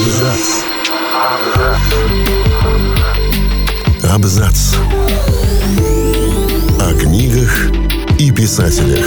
Абзац. Абзац. О книгах и писателях.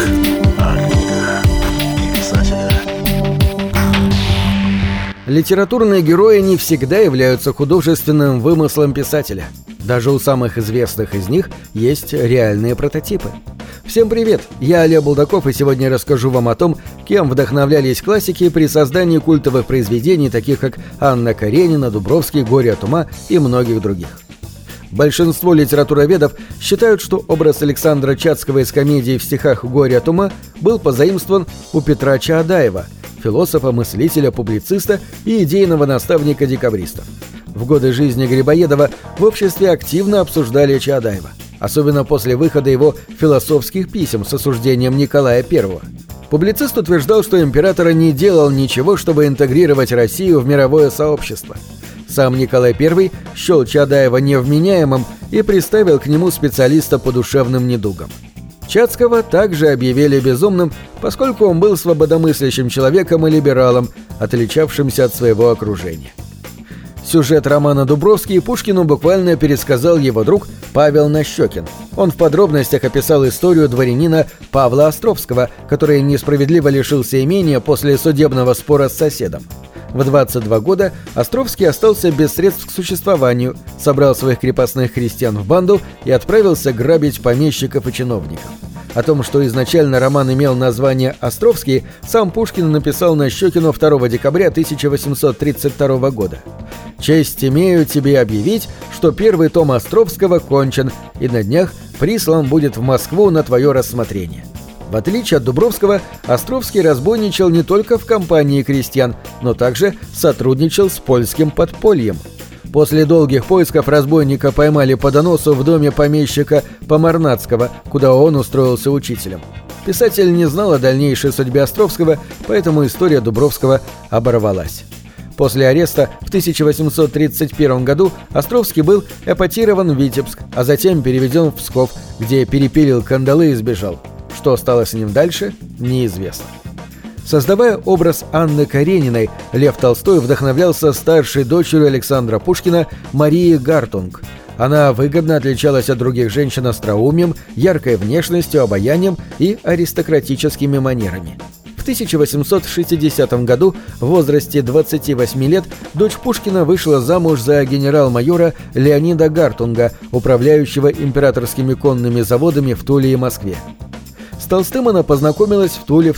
Литературные герои не всегда являются художественным вымыслом писателя. Даже у самых известных из них есть реальные прототипы. Всем привет, я Олег Булдаков, и сегодня я расскажу вам о том, кем вдохновлялись классики при создании культовых произведений, таких как Анна Каренина, Дубровский, Горе от ума и многих других. Большинство литературоведов считают, что образ Александра Чацкого из комедии в стихах «Горе от ума» был позаимствован у Петра Чаадаева, философа, мыслителя, публициста и идейного наставника декабристов. В годы жизни Грибоедова в обществе активно обсуждали Чаадаева, особенно после выхода его философских писем с осуждением Николая I. Публицист утверждал, что император не делал ничего, чтобы интегрировать Россию в мировое сообщество. Сам Николай I счел Чаадаева невменяемым и приставил к нему специалиста по душевным недугам. Чацкого также объявили безумным, поскольку он был свободомыслящим человеком и либералом, отличавшимся от своего окружения. Сюжет романа «Дубровский» Пушкину буквально пересказал его друг Павел Нащекин. Он в подробностях описал историю дворянина Павла Островского, который несправедливо лишился имения после судебного спора с соседом. В 22 года Островский остался без средств к существованию, собрал своих крепостных крестьян в банду и отправился грабить помещиков и чиновников. О том, что изначально роман имел название «Островский», сам Пушкин написал Нащекину 2 декабря 1832 года. «Честь имею тебе объявить, что первый том Островского кончен, и на днях прислан будет в Москву на твое рассмотрение». В отличие от Дубровского, Островский разбойничал не только в компании крестьян, но также сотрудничал с польским подпольем. После долгих поисков разбойника поймали по доносу в доме помещика Помарнацкого, куда он устроился учителем. Писатель не знал о дальнейшей судьбе Островского, поэтому история Дубровского оборвалась. После ареста в 1831 году Островский был эпатирован в Витебск, а затем переведен в Псков, где перепилил кандалы и сбежал. Что стало с ним дальше, неизвестно. Создавая образ Анны Карениной, Лев Толстой вдохновлялся старшей дочерью Александра Пушкина Марией Гартунг. Она выгодно отличалась от других женщин остроумием, яркой внешностью, обаянием и аристократическими манерами. В 1860 году, в возрасте 28 лет, дочь Пушкина вышла замуж за генерал-майора Леонида Гартунга, управляющего императорскими конными заводами в Туле и Москве. С Толстым она познакомилась в Туле в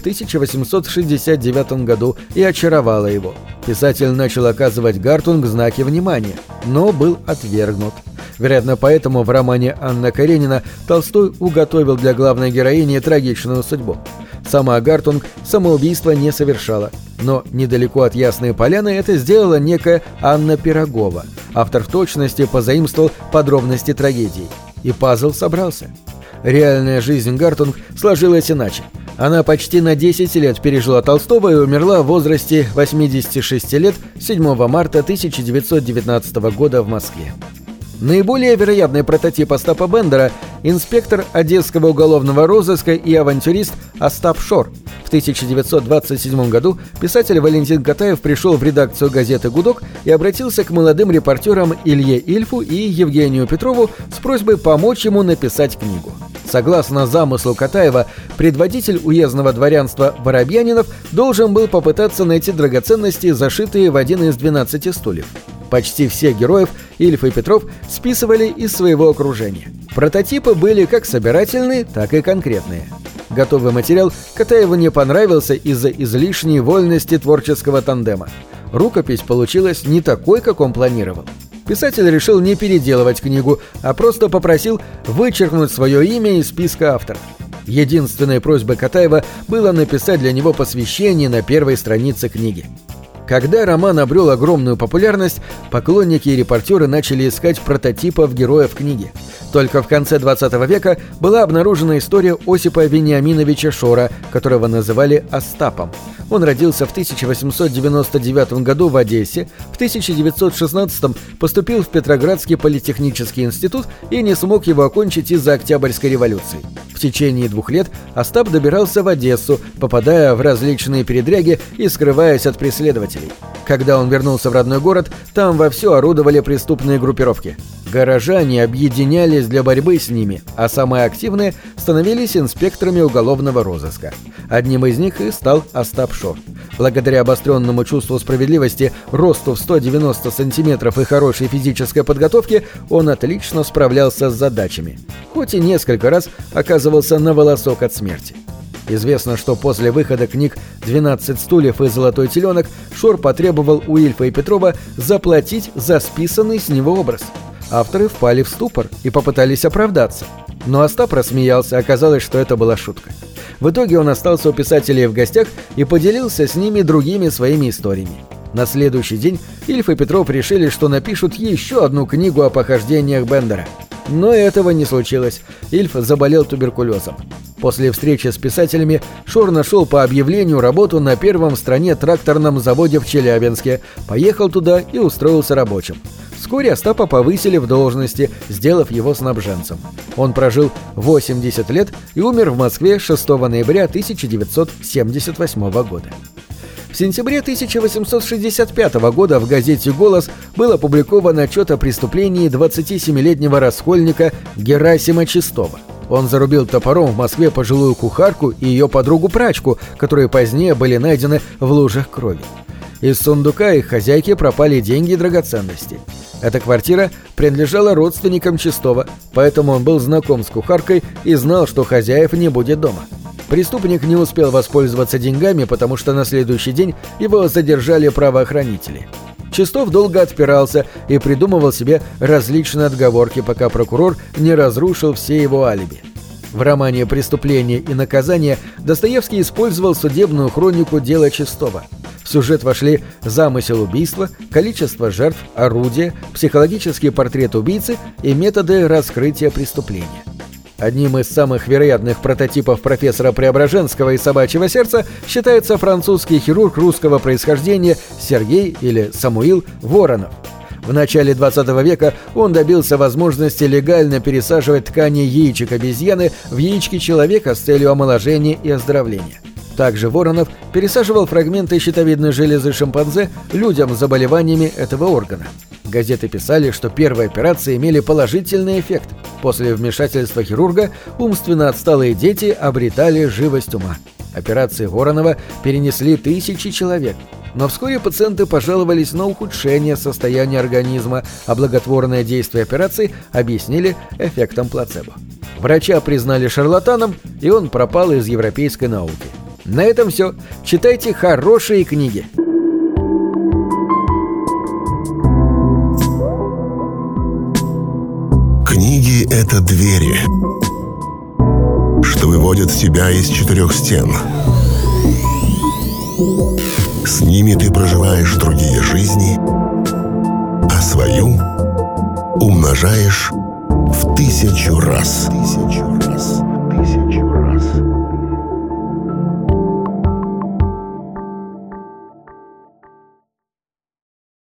1869 году и очаровала его. Писатель начал оказывать Гартунг знаки внимания, но был отвергнут. Вероятно, поэтому в романе «Анна Каренина» Толстой уготовил для главной героини трагичную судьбу. Сама Гартунг самоубийство не совершала, но недалеко от Ясной Поляны это сделала некая Анна Пирогова. Автор в точности позаимствовал подробности трагедии. И пазл собрался. Реальная жизнь Гартунг сложилась иначе. Она почти на 10 лет пережила Толстого и умерла в возрасте 86 лет 7 марта 1919 года в Москве. Наиболее вероятный прототип Остапа Бендера – инспектор Одесского уголовного розыска и авантюрист Остап Шор. В 1927 году писатель Валентин Катаев пришел в редакцию газеты «Гудок» и обратился к молодым репортерам Илье Ильфу и Евгению Петрову с просьбой помочь ему написать книгу. Согласно замыслу Катаева, предводитель уездного дворянства Воробьянинов должен был попытаться найти драгоценности, зашитые в один из 12 стульев. Почти всех героев Ильф и Петров списывали из своего окружения. Прототипы были как собирательные, так и конкретные. Готовый материал Катаеву не понравился из-за излишней вольности творческого тандема. Рукопись получилась не такой, как он планировал. Писатель решил не переделывать книгу, а просто попросил вычеркнуть свое имя из списка авторов. Единственной просьбой Катаева было написать для него посвящение на первой странице книги. Когда роман обрел огромную популярность, поклонники и репортеры начали искать прототипов героев книги. Только в конце 20 века была обнаружена история Осипа Вениаминовича Шора, которого называли Остапом. Он родился в 1899 году в Одессе, в 1916 поступил в Петроградский политехнический институт и не смог его окончить из-за Октябрьской революции. В течение 2 лет Остап добирался в Одессу, попадая в различные передряги и скрываясь от преследователей. Когда он вернулся в родной город, там вовсю орудовали преступные группировки. Горожане объединялись для борьбы с ними, а самые активные становились инспекторами уголовного розыска. Одним из них и стал Остап Шор. Благодаря обостренному чувству справедливости, росту в 190 сантиметров и хорошей физической подготовке он отлично справлялся с задачами, хоть и несколько раз оказывался на волосок от смерти. Известно, что после выхода книг «12 стульев» и «Золотой теленок» Шор потребовал у Ильфа и Петрова заплатить за списанный с него образ. Авторы впали в ступор и попытались оправдаться. Но Остап рассмеялся, оказалось, что это была шутка. В итоге он остался у писателей в гостях и поделился с ними другими своими историями. На следующий день Ильф и Петров решили, что напишут еще одну книгу о похождениях Бендера. Но этого не случилось. Ильф заболел туберкулезом. После встречи с писателями Шор нашел по объявлению работу на первом в стране тракторном заводе в Челябинске, поехал туда и устроился рабочим. Вскоре Остапа повысили в должности, сделав его снабженцем. Он прожил 80 лет и умер в Москве 6 ноября 1978 года. В сентябре 1865 года в газете «Голос» был опубликован отчет о преступлении 27-летнего раскольника Герасима Чистова. Он зарубил топором в Москве пожилую кухарку и ее подругу-прачку, которые позднее были найдены в лужах крови. Из сундука их хозяйки пропали деньги и драгоценности. Эта квартира принадлежала родственникам Чистова, поэтому он был знаком с кухаркой и знал, что хозяев не будет дома. Преступник не успел воспользоваться деньгами, потому что на следующий день его задержали правоохранители. Чистов долго отпирался и придумывал себе различные отговорки, пока прокурор не разрушил все его алиби. В романе «Преступление и наказание» Достоевский использовал судебную хронику дела Чистова. В сюжет вошли замысел убийства, количество жертв, орудия, психологический портрет убийцы и методы раскрытия преступления. Одним из самых вероятных прототипов профессора Преображенского и собачьего сердца считается французский хирург русского происхождения Сергей или Самуил Воронов. В начале 20 века он добился возможности легально пересаживать ткани яичек обезьяны в яички человека с целью омоложения и оздоровления. Также Воронов пересаживал фрагменты щитовидной железы шимпанзе людям с заболеваниями этого органа. Газеты писали, что первые операции имели положительный эффект. После вмешательства хирурга умственно отсталые дети обретали живость ума. Операции Воронова перенесли тысячи человек. Но вскоре пациенты пожаловались на ухудшение состояния организма, а благотворное действие операции объяснили эффектом плацебо. Врача признали шарлатаном, и он пропал из европейской науки. На этом все. Читайте хорошие книги. Книги — это двери, что выводят тебя из 4 стен. С ними ты проживаешь другие жизни, а свою умножаешь в 1000 раз.